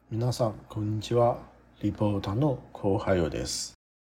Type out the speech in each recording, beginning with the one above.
皆さんこんにちは。リポーターのコウハヨです。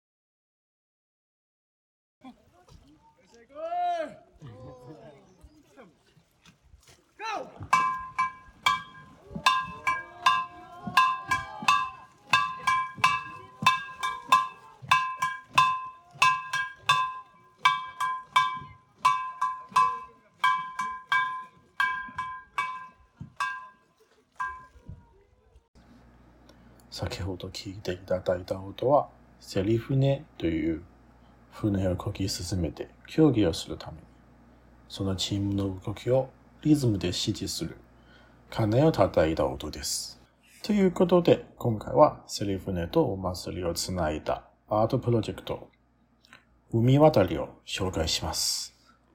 先ほど聞いていただいた音はセリ船という船を漕ぎ進めて競技をするために、そのチームの動きをリズムで指示する鐘を叩いた音です。ということで、今回はセリ船とお祭りをつないだアートプロジェクト海渡りを紹介します。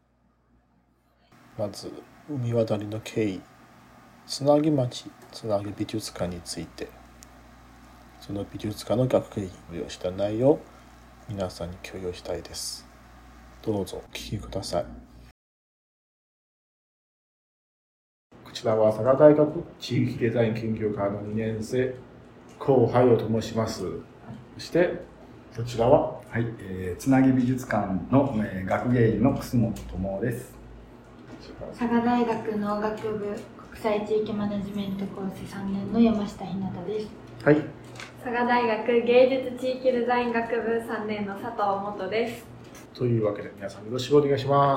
まず海渡りの経緯、つなぎ町つなぎ美術館について、その美術館の学芸員をした内容を皆さんに共有したいです。どうぞお聞きください。こちらは佐賀大学地域デザイン研究科の2年生、コウハヨと申します。そしてこちらは、 はい、つなぎ美術館の、学芸員の楠本智です。 佐賀大学農学部国際地域マネジメントコース3年の山下ひなたです。 はい。 佐賀大学芸術地域デザイン学部3年の佐藤元です。 というわけで皆さんよろしくお願いします。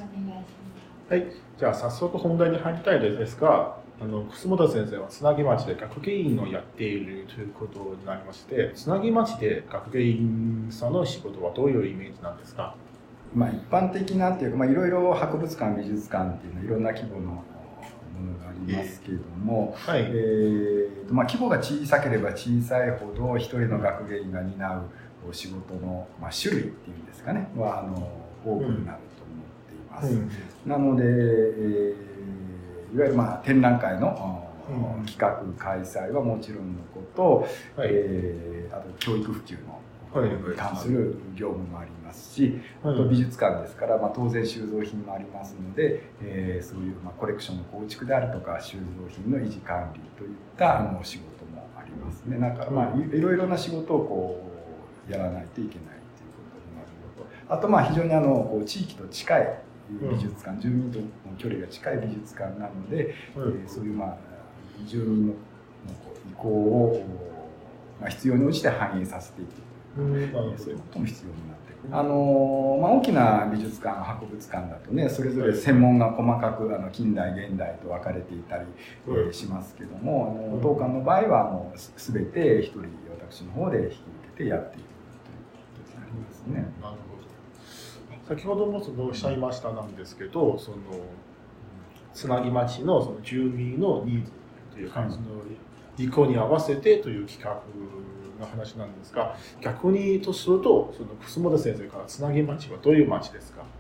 よろしくお願いします。はい。じゃあ早速本題に入りたいですが、楠本先生はつなぎ町で学芸員をやっているということになりまして、つなぎ町で学芸員さんの仕事はどういうイメージなんですか？ 一般的なっていうか、いろいろ博物館美術館っていうのはいろんな規模のものがありますけれども、規模が小さければ小さいほど一人の学芸員が担う仕事の、種類っていうんですかねは多くなると思っています。なので、いわゆる展覧会の企画開催はもちろんのこと、あと教育普及のに関する業務もありますし、あと美術館ですから、当然収蔵品もありますので、そういうコレクションの構築であるとか収蔵品の維持管理といった仕事もありますね。だからいろいろな仕事をやらないといけないということになるのと、あと非常に地域と近い美術館、住民との距離が近い美術館なので、そういう住民の意向を必要に応じて反映させていく。そういうことも必要になってくる。大きな美術館、博物館だとね、それぞれ専門が細かく近代現代と分かれていたりしますけども、当館の場合は全て一人私の方で引き受けてやっていくということになりますね。 なるほど。先ほどもおっしゃいましたなんですけど、つなぎ町のその住民のニーズというか、その意向に合わせてという企画の話なんですが、逆にとすると、その楠本先生からつなぎ町はどういう町ですか？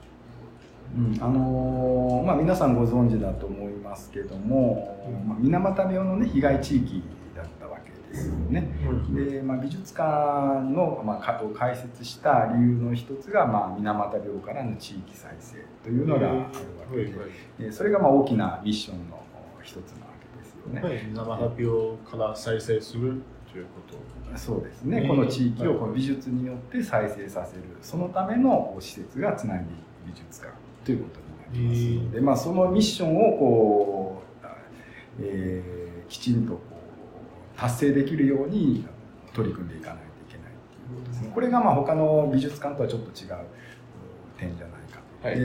皆さんご存知だと思いますけども、水俣病の、被害地域だったわけですよね。で、美術館の、を開設した理由の一つが、水俣病からの地域再生というのがあるわけで、それが大きなミッションの一つなわけですよね。 水俣病から再生するということ。 そうですね。この地域をこの美術によって再生させる、そのための施設がつなぎ美術館ということになりますので、そのミッションをきちんと達成できるように取り組んでいかないといけないということですね。これが他の美術館とはちょっと違う点じゃないか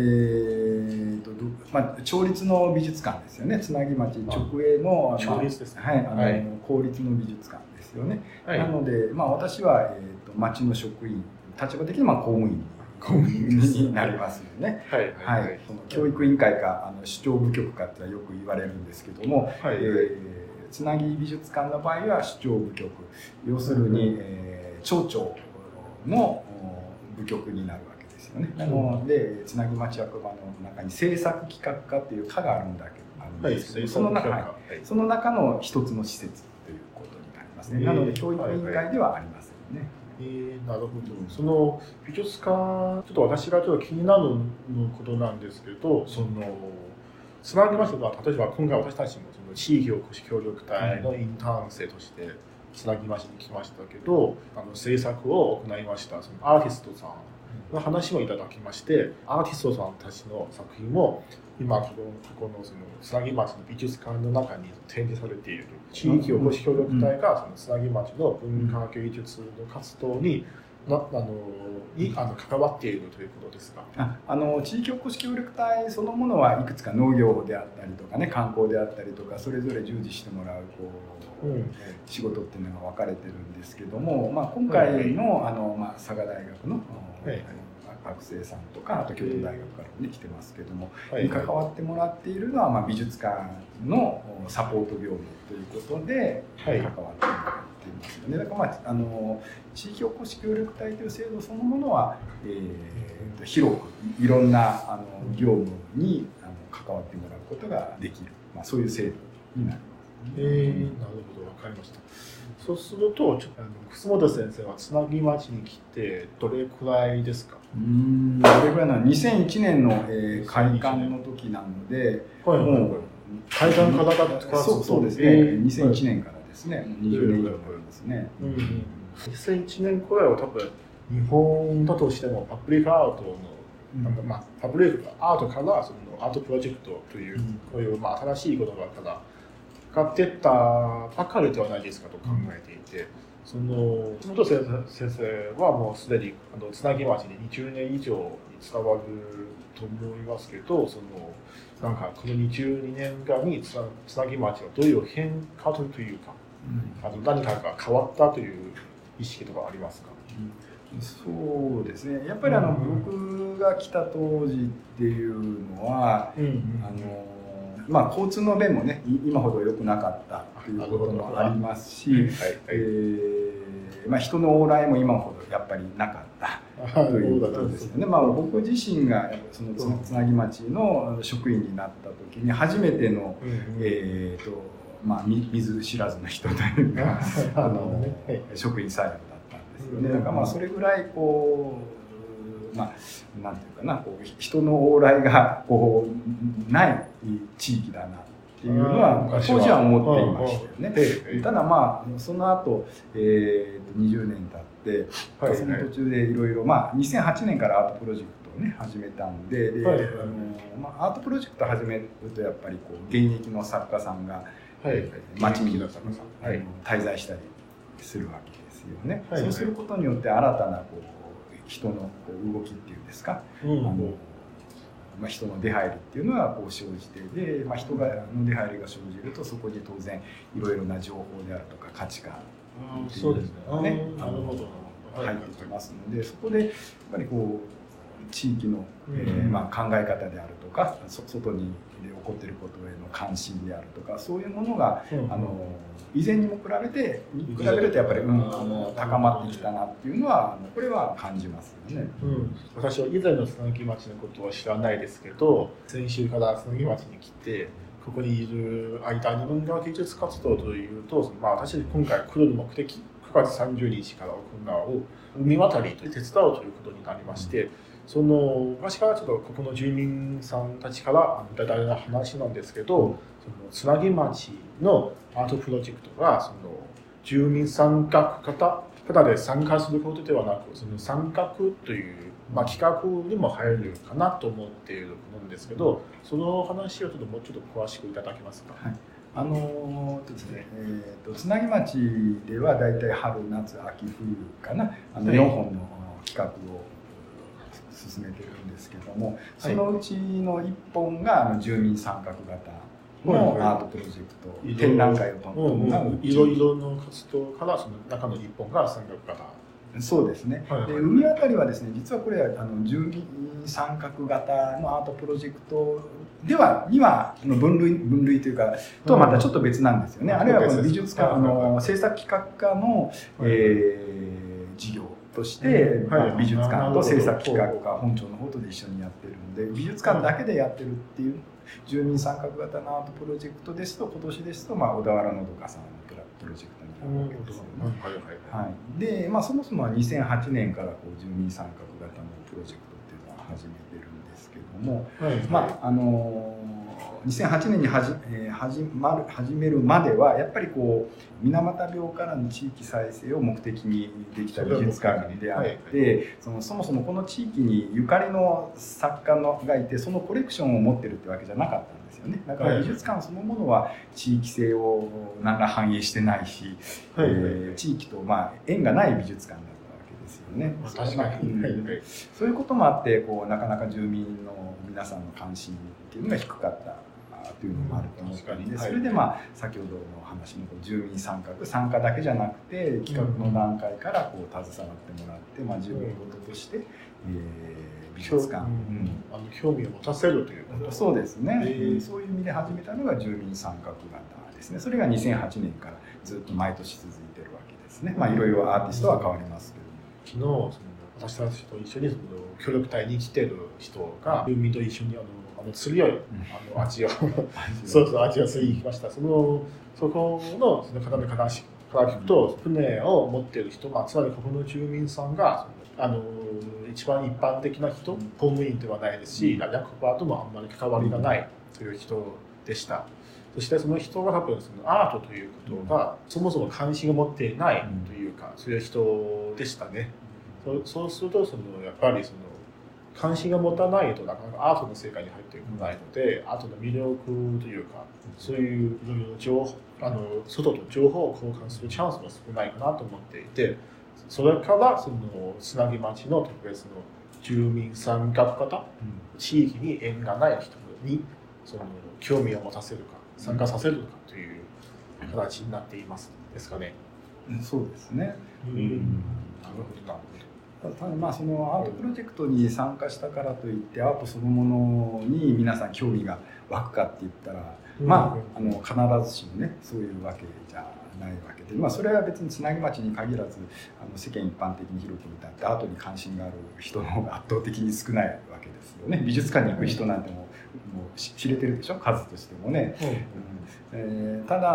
と。町立の美術館ですよね。つなぎ町直営の町立ですね。 公立の美術館ですよね。なので、私は町の職員、立場的には公務員になりますよね。その教育委員会か首長部局かってよく言われるんですけども、つなぎ美術館の場合は首長部局、要するに町長の部局になるわけですよね。なのでつなぎ町役場の中に政策企画課っていう課があるんですけど、その中の一つの施設ということになりますね。なので教育委員会ではありませんね。 なるほど。その美術館、ちょっと私が気になることなんですけど、 つなぎ町は例えば今回私たちもその地域おこし協力隊のインターン生としてつなぎ町に来ましたけど、制作を行いましたそのアーティストさんの話もいただきまして、アーティストさんたちの作品も今ここのそのつなぎ町の美術館の中に展示されている地域おこし協力隊がそのつなぎ町の文化芸術の活動に関わっているということですか。 地域おこし協力隊そのものはいくつか農業であったりとかね、観光であったりとか、それぞれ従事してもらう仕事っていうのが分かれてるんですけども、今回の佐賀大学の学生さんとか、あと京都大学からも来てますけども、関わってもらっているのは美術館のサポート業務ということで関わってもらっていますよね。だから地域おこし協力隊という制度そのものは、広くいろんな業務に関わってもらうことができる、そういう制度になります。 なるほど、分かりました。そうすると楠本先生はつなぎ町に来てどれくらいですか？ どれくらいなの？2001年の開館の時なので、もう開館からだったからそうですね、2001年からですね、20年以上になりますね。 2001年くらいは多分日本だとしてもパブリックアートの、パブリックアートからそのアートプロジェクトという、こういう新しい言葉からかかってったばかりではないですかと考えていて、その楠本先生はもうすでにつなぎ町に20年以上に伝わると思いますけど、そのなんかこの22年間につなぎ町はどういう変化というか、何かが変わったという意識とかありますか？ そうですね、やっぱり僕が来た当時っていうのは、交通の便もね今ほど良くなかったということもありますし、人の往来も今ほどやっぱりなかったということですよね。僕自身がそのつなぎ町の職員になった時に初めての、見ず知らずの人というか職員採用だったんですよね。だからそれぐらいなんていうかな、人の往来がない地域だなっていうのは当時は思っていましたよね。ただその後、20年経って、その途中でいろいろ2008年からアートプロジェクトをね始めたんで、アートプロジェクト始めるとやっぱり現役の作家さんが町に滞在したりするわけですよね。そうすることによって新たな人の動きっていうんですか、人の出入りっていうのが生じて、で、人の出入りが生じるとそこに当然いろいろな情報であるとか価値観っていうのがね入ってきますので、そこでやっぱり地域の考え方であるとか、外に起こっていることへの関心であるとか、そういうものが以前にも比べるとやっぱり高まってきたなっていうのはこれは感じますよね。 私は以前のつなぎ町のことは知らないですけど、先週からつなぎ町に来てここにいる間に文化芸術活動というと、私今回来る目的9月30日から行う海渡りと手伝うということになりまして、昔からちょっとここの住民さんたちからいただいた話なんですけど、つなぎ町のアートプロジェクトが住民参画型で参加することではなく、参画という、企画にも入るかなと思っているんですけど、その話をもうちょっと詳しくいただけますか？ ですね、つなぎ町ではだいたい春夏秋冬かな4本の企画を進めてるんですけども、そのうちの1本が住民参画型のアートプロジェクト、展覧会を伴ういろいろの活動からその中の1本が参画型。 そうですね。で海渡りはですね、実はこれは住民参画型のアートプロジェクトでは分類というかとはまたちょっと別なんですよね。あるいはこの美術館制作企画課の事業として、美術館と制作企画課本庁の方とで一緒にやってるんで、美術館だけでやってるっていう住民参画型のアートプロジェクトですと、今年ですと小田原のどかさんのプロジェクトになるわけですよね。で、そもそもは2008年から住民参画型のプロジェクトっていうのは始めてるんですけども、 2008年に始めるまではやっぱりこう水俣病からの地域再生を目的にできた美術館であって、そもそもこの地域にゆかりの作家がいてそのコレクションを持ってるってわけじゃなかったんですよね。だから美術館そのものは地域性を何ら反映してないし、地域と縁がない美術館だったわけですよね。 確かに、 そういうこともあってこうなかなか住民の皆さんの関心っていうのが低かったというのもあると思ったんで、それで先ほどの話の住民参加だけじゃなくて企画の段階からこう携わってもらって、住民ごととして、美術館、 興味を持たせるということ。 そうですね、そういう意味で始めたのが住民参画型ですね。それが2008年からずっと毎年続いてるわけですね。いろいろアーティストは変わりますけど、 昨日私たちと一緒に協力隊に来てる人が住民と一緒に釣りをアジア釣りに行きました。そこのその方の話から聞くと、船を持っている人、つまりここの住民さんが一番一般的な人、公務員ではないですし、役場ともあんまり関わりがないという人でした。そしてその人が多分そのアートということがそもそも関心を持っていないというか、そういう人でしたね。そうするとやっぱり関心が持たないとなかなかアートの世界に入ってこないので、アートの魅力というか、そういう外と情報を交換するチャンスも少ないかなと思っていて、それからつなぎ町の特別の住民参画型、地域に縁がない人に興味を持たせるか参加させるかという形になっていますですかね。 そうですね。 なるほどなるほど。 ただそのアートプロジェクトに参加したからといってアートそのものに皆さん興味が湧くかって言ったら、必ずしもねそういうわけじゃないわけで、それは別につなぎ町に限らず世間一般的に広く見たってアートに関心がある人の方が圧倒的に少ないわけですよね。美術館に行く人なんてもう知れてるでしょ、数としてもね。ただ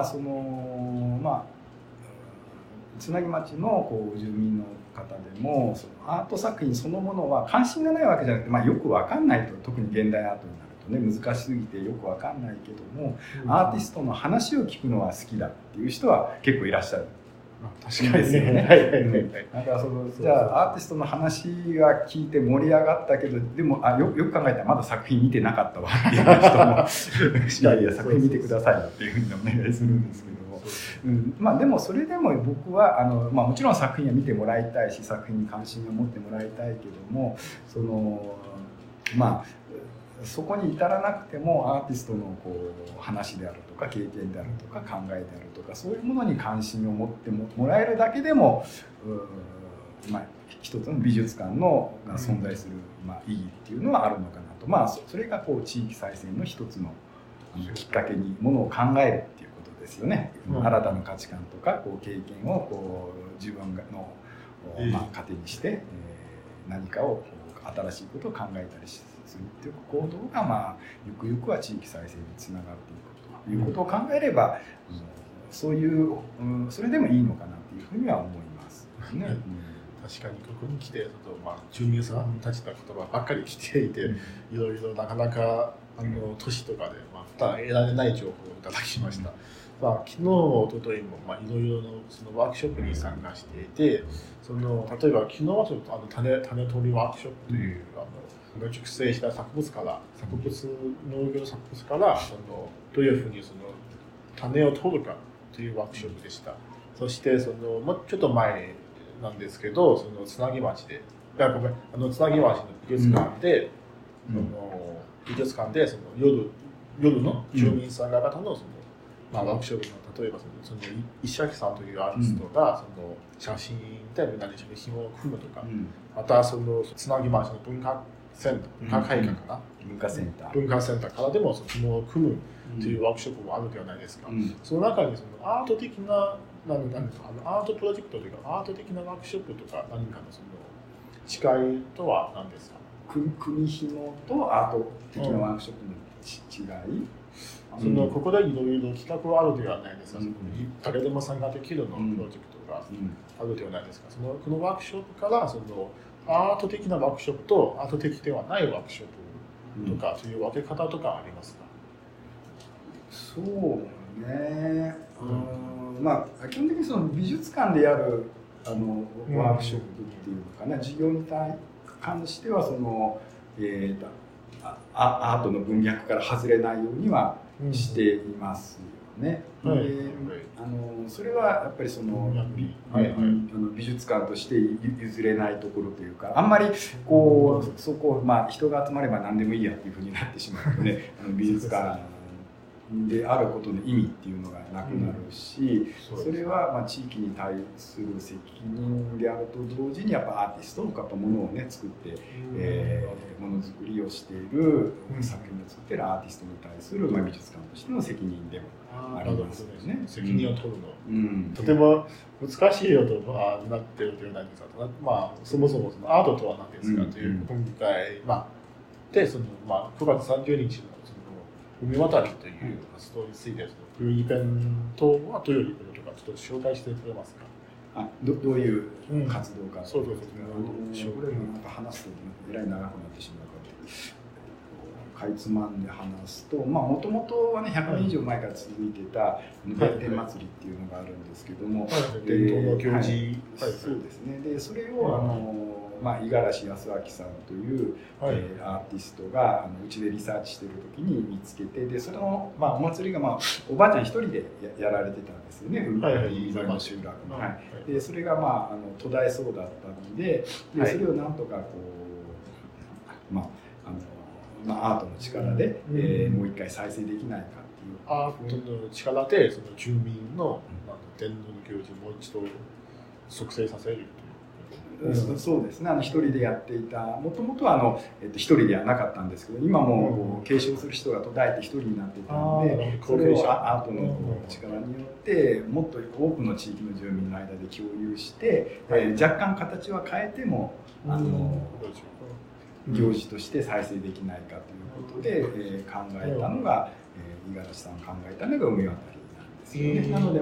つなぎ町の住民の方でもアート作品そのものは関心がないわけじゃなくて、よく分かんないと、特に現代アートになるとね難しすぎてよく分かんないけども、アーティストの話を聞くのは好きだっていう人は結構いらっしゃる。 確かにですよね。だからじゃあアーティストの話が聞いて盛り上がったけど、でもよく考えたらまだ作品見てなかったわっていう人もいや作品見てくださいよっていうふうにお願いするんですけど。でもそれでも僕はもちろん作品は見てもらいたいし作品に関心を持ってもらいたいけども、そこに至らなくてもアーティストの話であるとか経験であるとか考えであるとかそういうものに関心を持ってもらえるだけでも一つの美術館のが存在する意義っていうのはあるのかなと、それが地域再生の一つのきっかけにものを考えるっていうことですよね。新たな価値観とか経験を自分の糧にして何かを新しいことを考えたりするっていう行動がゆくゆくは地域再生につながっていくということを考えれば、それでもいいのかなっていうふうには思いますね。 確かにここに来て住民さんたちの言葉ばっかり来ていて、いろいろなかなか都市とかで普段得られない情報をいただきました。昨日おとといもいろいろのワークショップに参加していて、例えば昨日はちょっと種取りワークショップという熟成した農業作物からどういうふうに種を取るかというワークショップでした。そしてもうちょっと前なんですけどつなぎ町でつなぎ町の美術館で、夜の住民さん方のワークショップの例えば石垣さんというアーティストが写真でみんなで紐を組むとか、またつなぎ町の文化会館かな、文化センターからでも紐を組むというワークショップもあるではないですか。その中にアート的なアートプロジェクトというかアート的なワークショップとか何かの違いとは何ですか？ 組紐とアート的なワークショップの違い？ ここでいろいろ企画はあるではないですか。誰でも参加できるのプロジェクトがあるではないですか。このワークショップからアート的なワークショップとアート的ではないワークショップとか、そういう分け方とかありますか？ そうね、まあ基本的にその美術館でやるワークショップっていうのかな、授業に関してはその、アートの文脈から外れないようにはしていますよね。それはやっぱりその美術館として譲れないところというか、あんまりこうそこ、まあ、人が集まれば何でもいいやっていうふうになってしまうとね美術館であることの意味っていうのがなくなるし、それはまあ地域に対する責任であると同時にやっぱアーティストとかものをね作って、ものづくりをしている、作品を作っているアーティストに対する、まあ、美術館としての責任でもありますよね。 責任を取るの、とても難しいよとはなっているというなんですが、まあ、そもそもそのアートとは何ですかという今回、まあ、でその、まあ、9月30日の海渡りという活動について、こういうイベントはどういうことかちょっと紹介してくれますか。 どういう活動か、 そうこれなんか話すとえらい長くなってしまうからかいつまんで話すと、もともとはね100年以上前から続いてた弁天祭りっていうのがあるんですけども、 伝統の行事、 そうですね。でそれを五十嵐康明さんという、アーティストがうちでリサーチしてる時に見つけて、でそれの、お祭りが、おばあちゃん一人で やられてたんですよね、海沿いの集落の。でそれが、途絶えそうだったので、それをなんとかこう、アートの力で、もう一回再生できないかっていう。 アートの力でその住民の伝統の行事をもう一度促成させるという。 そうですね。一人でやっていた、もともとは一人ではなかったんですけど、今も継承する人が途絶えて一人になっていたので、それをアートの力によってもっと多くの地域の住民の間で共有して、若干形は変えても行事として再生できないかということで考えたのが、五十嵐さんが考えたのが海渡りなんですよね。なので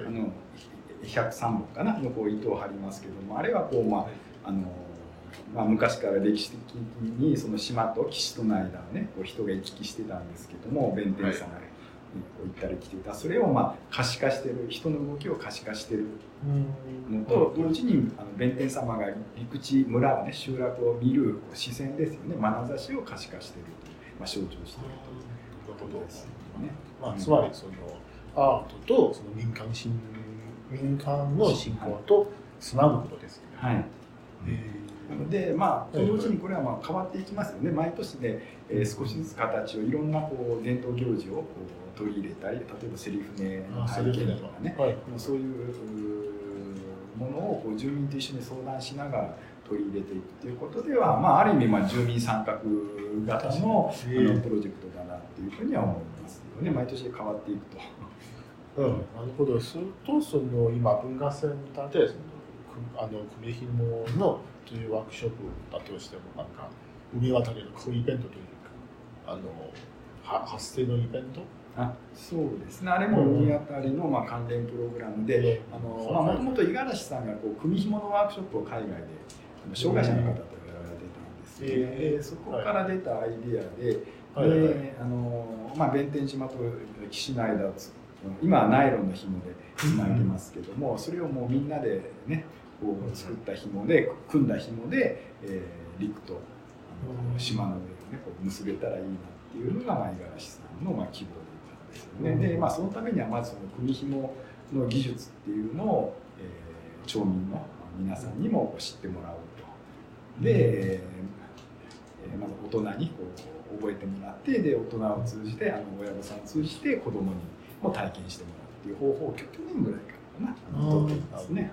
103本かなのこう糸を張りますけども、あれはこう昔から歴史的にその島と岸との間をねこう人が行き来してたんですけども、弁天様が行ったり来てた、それを可視化してる、人の動きを可視化してるのと同時に弁天様が陸地村をね集落を見る視線ですよね、眼差しを可視化しているという、象徴しているということですよね。 つまりそのアートとその民間の信仰とつなぐことですね。 なので同時にこれは変わっていきますよね。毎年で少しずつ形をいろんなこう伝統行事をこう取り入れたり、例えばセリ船の体験とかね、そういうものをこう住民と一緒に相談しながら取り入れていくということでは、ある意味住民参画型のプロジェクトだなっていうふうには思いますよね。毎年変わっていくと。 なるほど。するとその今文化センターで組紐のというワークショップだとしても海渡りのこういうイベントというか発生のイベント。 そうですね。あれも海渡りの関連プログラムで、もともと五十嵐さんがこう組紐のワークショップを海外で障害者の方とやられてたんですけど、そこから出たアイデアで、弁天島と岸の間を今はナイロンの紐でつないでますけども、それをもうみんなでねこう作った紐で組んだ紐で、陸と島の上をねこう結べたらいいなっていうのが五十嵐さんの希望なんですよね。でそのためにはまずその組紐の技術っていうのを、町民の皆さんにも知ってもらおうと。で、まず大人にこう覚えてもらって、で大人を通じて親御さんを通じて子供にも体験してもらうっていう方法を去年ぐらいからかな取っていますね。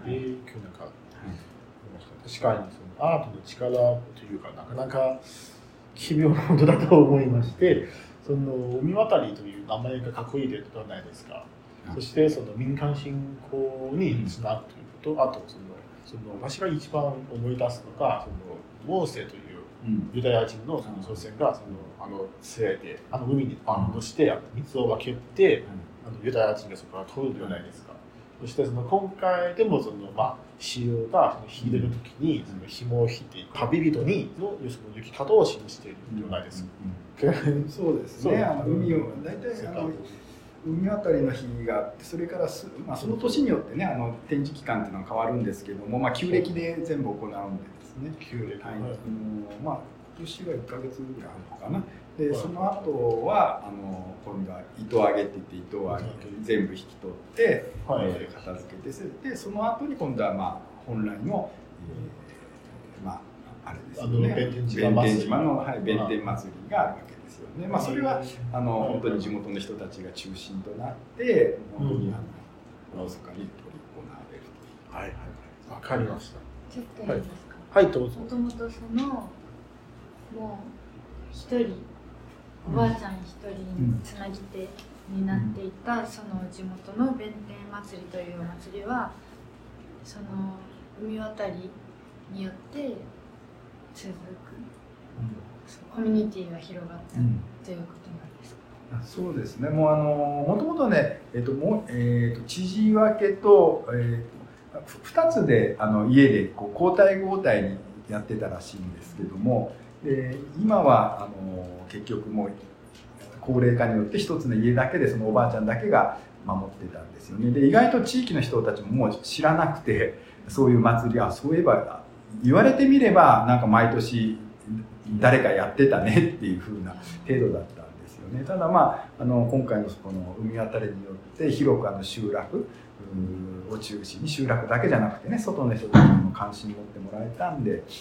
確かにそのアートの力というかなかなか奇妙なことだと思いまして、その海渡りという名前がかっこいいではないですか。そしてその民間信仰につなぐということ、あとその私が一番思い出すのがそのモーセというユダヤ人の祖先が杖で海にバンドして水を分けてユダヤ人がそこから取るではないですか。そして今回でも潮が引いてる時に紐を引いて旅人にの行き方を示しているではないですか。 そうですね。海を大体海渡りの日があって、それからその年によってね展示期間っていうのは変わるんですけども、旧暦で全部行うんでですね、旧暦、今年は1ヶ月ぐらいあるのかな。でその後は今度は糸揚げって言って糸を全部引き取って、片付けて、でその後に今度は本来の、あれですよね、弁天島の弁天祭りがあるわけですよね。それは本当に地元の人たちが中心となって本当に大阪に取り込まれるという。 はいはい、わかりました。 ちょっといいですか。 はい、どうぞ。 もともともう一人おばあちゃん一人につなぎ手になっていたその地元の弁天祭りというお祭りはその海渡りによって続く、コミュニティが広がったということなんですか。 そうですね。もともとね、知事分けと、2つで家で交代交代にやってたらしいんですけども、で今は結局もう高齢化によって一つの家だけでそのおばあちゃんだけが守ってたんですよね。で意外と地域の人たちももう知らなくて、そういう祭りそういえば言われてみればなんか毎年誰かやってたねっていう風な程度だったんですよね。ただ今回のこの海渡りによって広く集落を中心に、集落だけじゃなくてね、外の人たちにも関心持ってもらえたんで、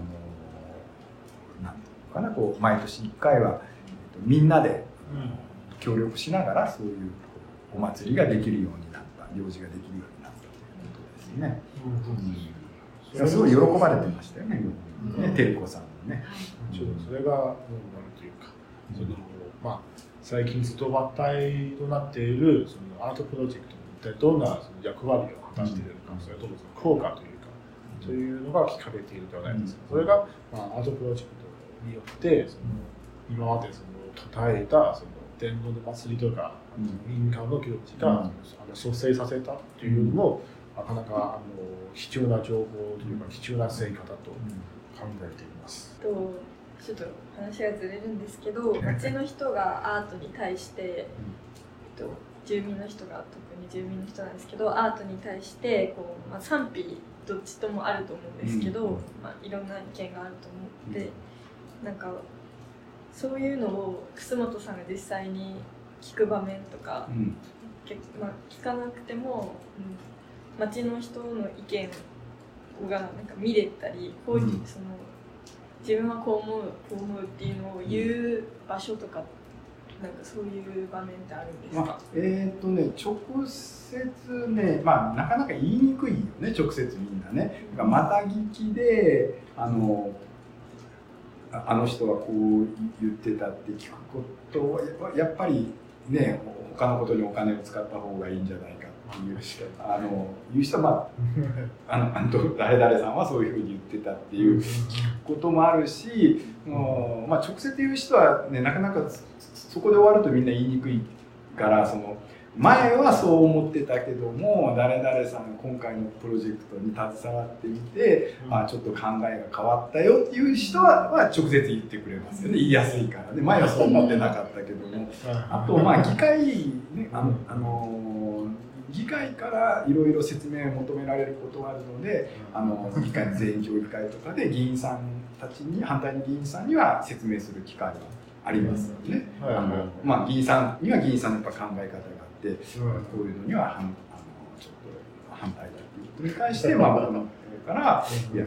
なんていうのかな、毎年1回はみんなで協力しながらそういうお祭りができるようになった、行事ができるようになったということですね。すごい喜ばれてましたよね、照子さんもね。 それがどうなるというか、最近ずっと話題となっているそのアートプロジェクトに一体どんな役割を果たしているのか、それともその効果というか、そういうのが聞かれているではないですか。それがアートプロジェクトによって今まで途絶えた伝統の祭りとか民間の行事が蘇生させたというのも、なかなか貴重な情報というか貴重な成果だと考えています。 ちょっと話がずれるんですけど、町の人がアートに対して、住民の人が特に住民の人なんですけど、アートに対して賛否どっちともあると思うんですけど、いろんな意見があると思って、なんかそういうのを楠本さんが実際に聞く場面とか、聞かなくても、町の人の意見がなんか見れたり、自分はこう思うっていうのを言う場所とか、なんかそういう場面ってあるんですか？ 直接ね、なかなか言いにくいよね、直接みんなね。また聞きであの人はこう言ってたって聞くことはやっぱりね、他のことにお金を使った方がいいんじゃないかっていう人は誰々さんはそういうふうに言ってたっていうこともあるし、直接言う人はね、なかなかそこで終わるとみんな言いにくいから、前はそう思ってたけども、誰々さんが今回のプロジェクトに携わってみて、ちょっと考えが変わったよっていう人は直接言ってくれますよね。言いやすいからね。前はそう思ってなかったけども、あと議会ね、議会からいろいろ説明を求められることがあるので、議会の全員協議会とかで議員さんたちに、反対の議員さんには説明する機会がありますよね。議員さんには議員さんのやっぱ考え方があって、こういうのにはちょっと反対だっていうことに対して、僕の方から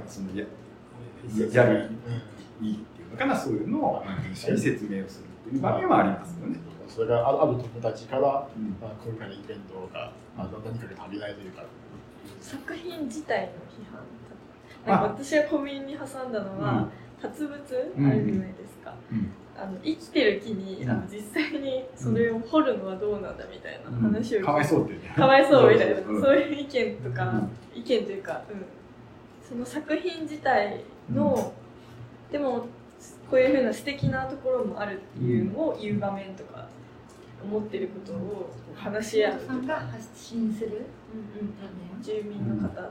やるいいっていうのかな、そういうのを説明をするという場面はありますよね。 それがある友達から、今回のイベントが何かが足りないというか、 作品自体の批判、私が小耳に挟んだのは、達物あるじゃないですか。生きてる木に実際にそれを掘るのはどうなんだみたいな話を、 かわいそうってね、 かわいそうみたいな、そういう意見とか、意見というか、その作品自体の、でもこういうふうな素敵なところもあるっていうのを言う場面とか、思ってることを話し合う。 さんが発信する、 住民の方。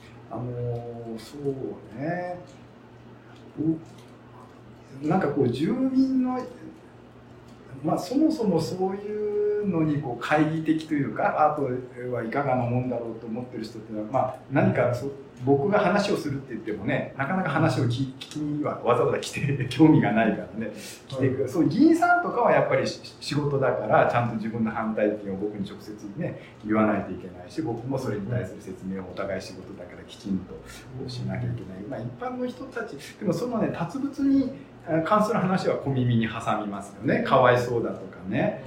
そうね。なんか住民のまあ、そもそもそういうのにこう懐疑的というか、アートはいかがなもんだろうと思ってる人っていうのは、まあ、何か僕が話をするって言ってもね、なかなか話を聞きにはわざわざ来て興味がないからね、来てくる、そう議員さんとかはやっぱり仕事だからちゃんと自分の反対意見を僕に直接ね言わないといけないし、僕もそれに対する説明をお互い仕事だからきちんとしなきゃいけない。まあ、一般の人たちでもそのね達物に関する話は小耳に挟みますよね。かわいそうだとかね、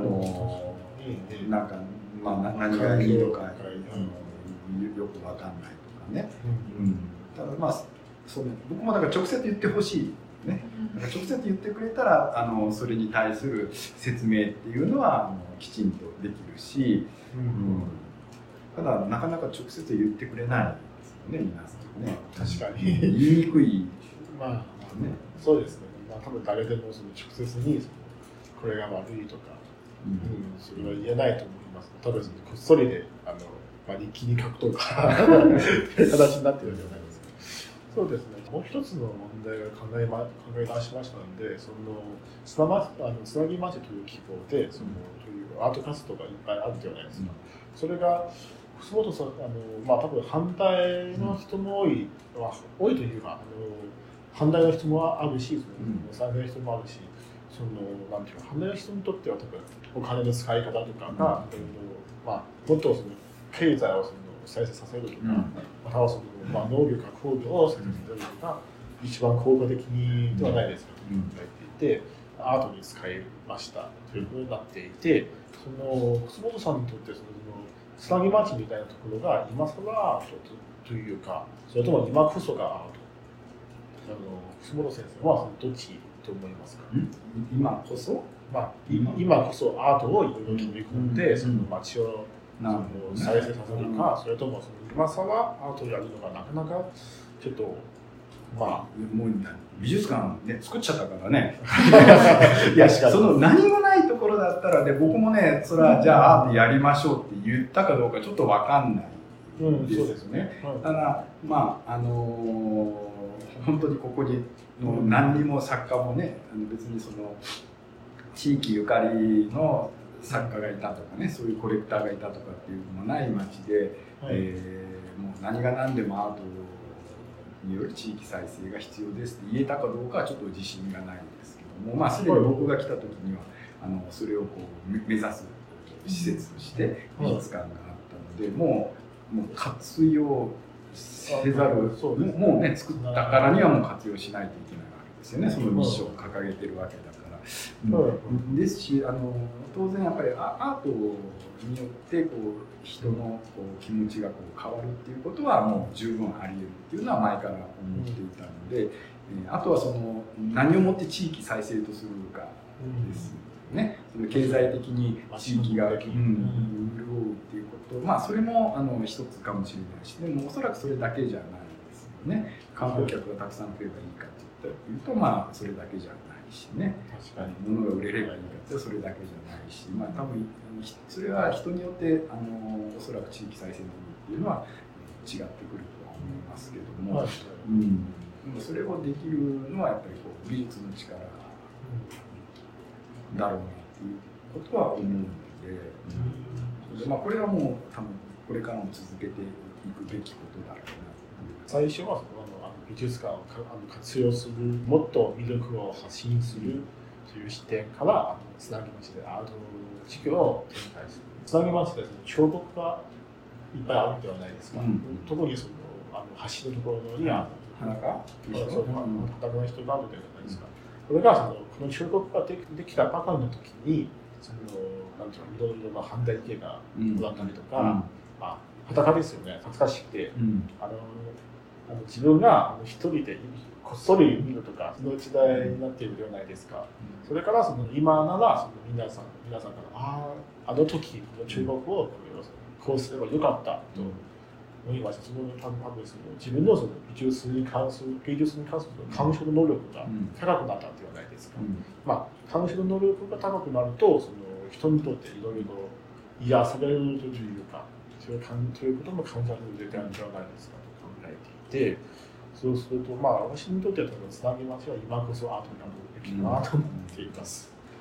なんか、まあ、何がいいとか、よくわかんないとかね。ただまあ僕もだから直接言ってほしいね。直接言ってくれたらそれに対する説明っていうのはきちんとできるし、ただなかなか直接言ってくれないですよね、皆さんね。 確かに言いにくい。 まあね、そうですね。まあ多分誰でもその直接にこれが悪いとか、それは言えないと思います。多分こっそりで力気に書くとかいう形になってるんじゃないですか。そうですね。もう一つの問題を考え出しましたので、そのつなぎ町という希望でというアート活動がいっぱいあるじゃないですか。それが楠本さん多分反対の人も多いというか反対の人もあるし、賛成の人もあるし、なんていうか反対の人にとっては多分お金の使い方とかが、もっと経済を再生させるとか、または農業か工業を再生させるとか、一番効果的ではないですかと考えていて、アートに使いましたというふうになっていて、楠本さんにとってつなぎ町みたいなところが今更アートというか、それとも今こそがアート。楠本先生はどっちと思いますか？ 今こそ？ 今こそアートをいろいろ取り込んで、その町を再生させるか、それとも今更アートをやるのがなかなかちょっともう美術館ね作っちゃったからね。 いや何もないところだったらね、僕もねそれはじゃあアートやりましょうって言ったかどうかちょっとわかんないですね。ただ本当にここに何にも作家もね別に地域ゆかりの作家がいたとかね、そういうコレクターがいたとかっていうのもない町で、もう何が何でもアートによる地域再生が必要ですって言えたかどうかはちょっと自信がないんですけども、すでに僕が来た時にはそれをこう目指す施設として美術館があったので、もう活用せざるもうね作ったからにはもう活用しないといけないわけですよね。そのミッションを掲げてるわけだから。ですし当然やっぱりアートによって人の気持ちが変わるっていうことはもう十分あり得るっていうのは前から思っていたので、あとは何をもって地域再生とするかですよね。経済的に地域が潤うっていうこと、それも一つかもしれないし、でもおそらくそれだけじゃないですよね。観光客がたくさん来ればいいかっていうとそれだけじゃないしね。確かに物が売れればいいかってそれだけじゃないし、多分それは人によっておそらく地域再生の意味っていうのは違ってくるとは思いますけども、それをできるのはやっぱり美術の力だろうなっていうことは思うので、これはもう多分これからも続けていくべきことだろうな。 最初は美術館を活用する、もっと魅力を発信するという視点からつなぎ町でアート授業を展開する。つなぎ町で彫刻がいっぱいあるんではないですか。特に橋のところに花か畑の人があるんじゃないですか。これがこの彫刻ができたばかりの時になんていうの、いろいろな反対意見があったりとか、裸ですよね、恥ずかしくて、自分が一人でこっそり見るとか、その時代になっているじゃないですか。それから今なら皆さんからあの時の彫刻をこうすればよかったと思いました。多分自分の美術に関する鑑賞の能力が高くなったではないですか。鑑賞の能力が高くなると人にとっていろいろ癒されるというか、そういうことも感じられるんじゃないですかと考えていて、そうすると私にとってはつなぎ町は今こそアートになるべきかなと思っています。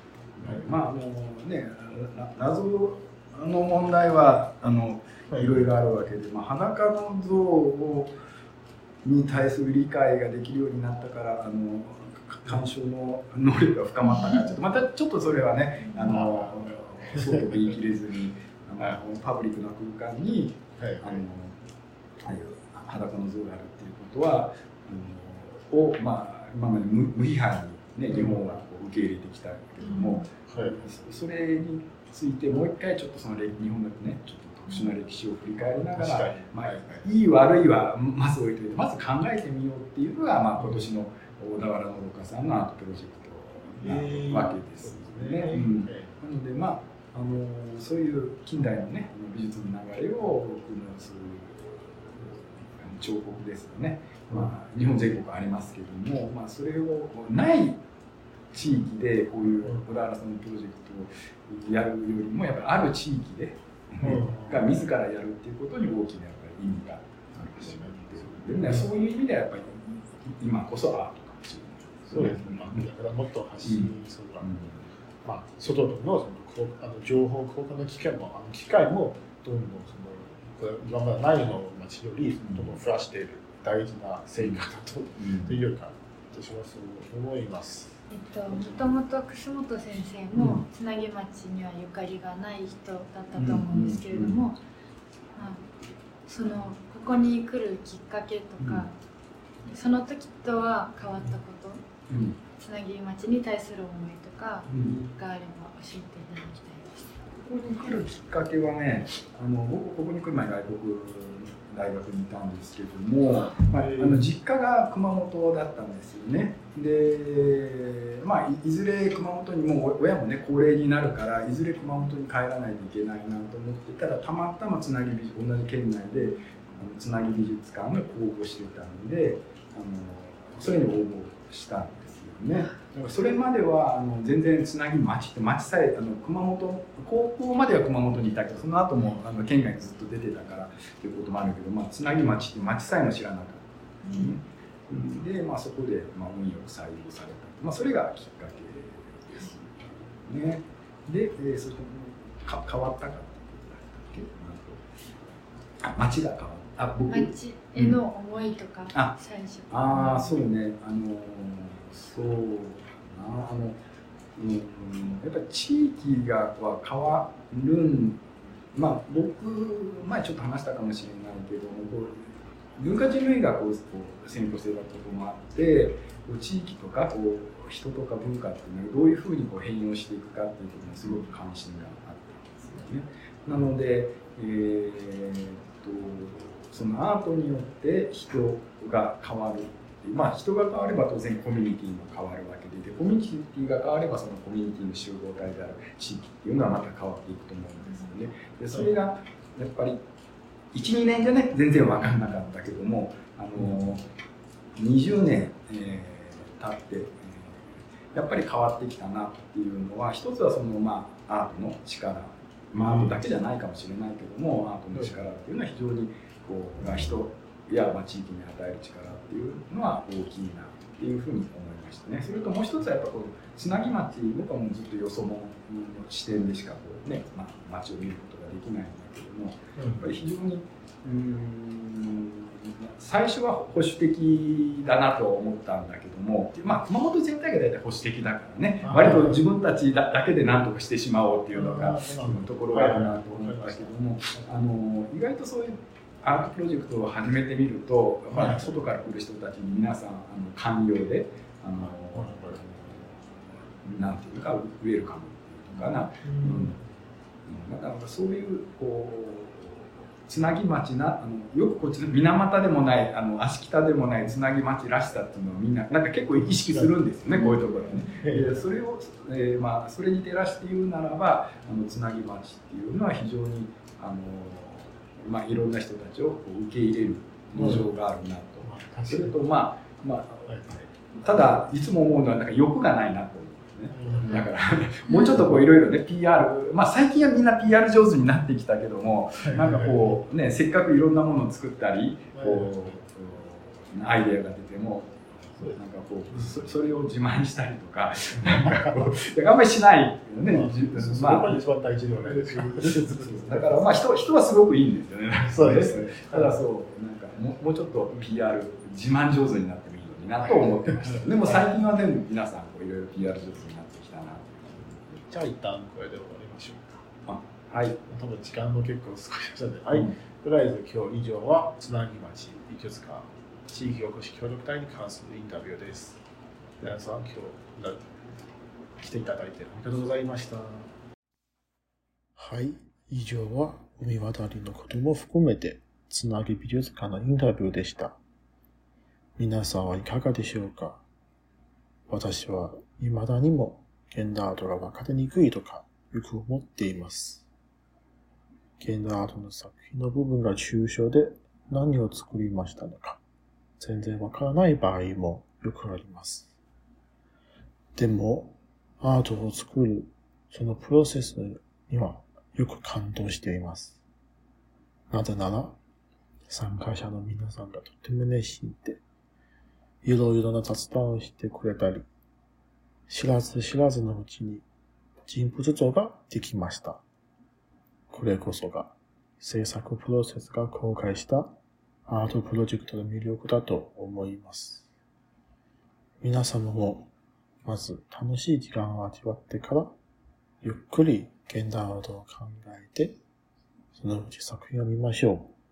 まあね、謎の問題はいろいろあるわけで、まあ、裸の像に対する理解ができるようになったから鑑賞の能力が深まったからまたちょっとそれはねそうとも言い切れずにパブリックな空間にああいう裸の像があるっていうことはまあ、今まで無批判に、ね、日本はこう受け入れてきたけども、それについてもう一回ちょっとその日本だとねちょっと特殊な歴史を振り返りながら、まあ、いい悪いはまず置いといてまず考えてみようっていうのが、まあ、今年の小田原のろかさんのアートプロジェクトなわけですね。なのでまあそういう近代のね美術の流れを組み合わす彫刻ですよね。まあ、日本全国ありますけども、まあ、それをない地域でこういう小田原さんのプロジェクトをやるよりもやっぱりある地域で、が自らやるっていうことに大きなやっぱり意味があるしまってでもね、そういう意味ではやっぱり今こそアートかもしれないですね。 そうですね。だからもっと発信するまあ外の情報交換の機会もどんどん今までないの街よりどんどん増やしている大事な成果だというか、私はそう思います。 もともと楠本先生もつなぎ町にはゆかりがない人だったと思うんですけれども、ここに来るきっかけとか、その時とは変わったこと、つなぎ町に対する思いとかがあれば教えていただきたいです。 ここに来るきっかけはね、僕ここに来る前外国大学にいたんですけども、実家が熊本だったんですよね。で、まあ、いずれ熊本にも親もね高齢になるからいずれ熊本に帰らないといけないなと思ってたらたまたまつなぎ美術同じ県内でつなぎ美術館が公募してたんでそれに応募したんですよね。だからそれまでは全然つなぎ町って町さえ熊本高校までは熊本にいたけどその後も県外にずっと出てたからということもあるけど、まあ、つなぎ町って町さえも知らなかったんですね。で、まあ、そこで、運よく採用された、それがきっかけですね。で、そして変わったかっていうことだったっけ？町が変わった。 町への思いとか、最初。 そうね。そうだな。やっぱり地域が変わる僕前ちょっと話したかもしれないけど文化人類学を専攻していたこともあって地域とか人とか文化っていうのがどういうふうに変容していくかっていうことにすごく関心があったんですよね。なので、そのアートによって人が変わる人が変われば当然コミュニティも変わるわけでコミュニティが変わればそのコミュニティの集合体である地域っていうのはまた変わっていくと思うんですよね。でそれがやっぱり 1,2 年じゃね全然分かんなかったけども20年、経って、やっぱり変わってきたなっていうのは一つはそのアートの力アートだけじゃないかもしれないけどもアートの力っていうのは非常に人や地域に与える力っていうのは大きいなっていうふうに思いましたね。それともう一つはやっぱつなぎ町僕はもうずっとよそ者の視点でしか町を見ることができないんだけどもやっぱり非常に最初は保守的だなと思ったんだけども、熊本全体が大体保守的だからね割と自分たちだけで何とかしてしまおうっていうのがところがあるなと思ったけども意外とそういうアートプロジェクトを始めてみると外から来る人たちに皆さん寛容でなんていうかウェルカムっていうのかな、なんかそういうつなぎ町よく水俣でもない芦北でもないつなぎ町らしさっていうのをみんななんか結構意識するんですよねこういうところね。それを、それに照らして言うならばつなぎ町っていうのは非常にいろんな人たちを受け入れる土壌があるなと。それとただいつも思うのはなんか欲がないなと思うんですね。だからもうちょっといろいろね PR 最近はみんな PR 上手になってきたけどもなんかせっかくいろんなものを作ったりアイデアが出てもなんかこうそれを自慢したりとか、なんかこうあんまりしないよね。 そこが一番大事ではないですか。 だからまあ人はすごくいいんですよね。 そうです。 ただそうなんかもうちょっと PR 自慢上手になってもいいのになと思ってました。でも最近はね皆さんこういろいろ PR 上手になってきたな。 じゃあ一旦これで終わりましょうか。 はい。 多分時間も結構少ししたので、はい。とりあえず今日以上はつなぎ町美術館地域おこし協力隊に関するインタビューです。皆さん今日来ていただいてありがとうございました。はい。以上は海渡りのことも含めてつなぎ美術館のインタビューでした。皆さんはいかがでしょうか。私は未だにも現代アートが分かりにくいとかよく思っています。現代アートの作品の部分が抽象で何を作りましたのか全然わからない場合もよくあります。でもアートを作るそのプロセスにはよく感動しています。なぜなら参加者の皆さんがとても熱心でいろいろな雑談をしてくれたり知らず知らずのうちに人物像ができました。これこそが制作プロセスが公開したアートプロジェクトの魅力だと思います。皆様もまず楽しい時間を味わってからゆっくり現代アートを考えてそのうち作品を見ましょう。